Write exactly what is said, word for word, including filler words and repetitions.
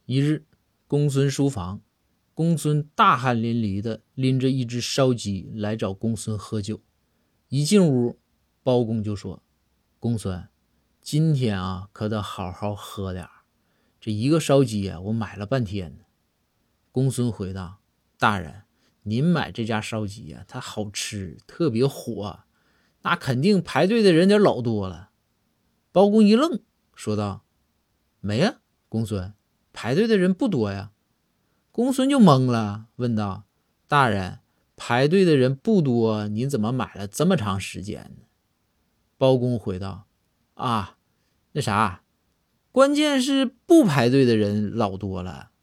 一日，公孙书房，公孙大汗淋漓的拎着一只烧鸡来找公孙喝酒。一进屋，包公就说：公孙，今天啊可得好好喝点儿，这一个烧鸡啊我买了半天呢。公孙回答：大人，您买这家烧鸡啊它好吃，特别火，那肯定排队的人得老多了。包公一愣，说道：没呀，公孙，排队的人不多呀。公孙就懵了，问道：大人，排队的人不多，您怎么买了这么长时间呢？包公回道：啊，那啥，关键是不排队的人老多了。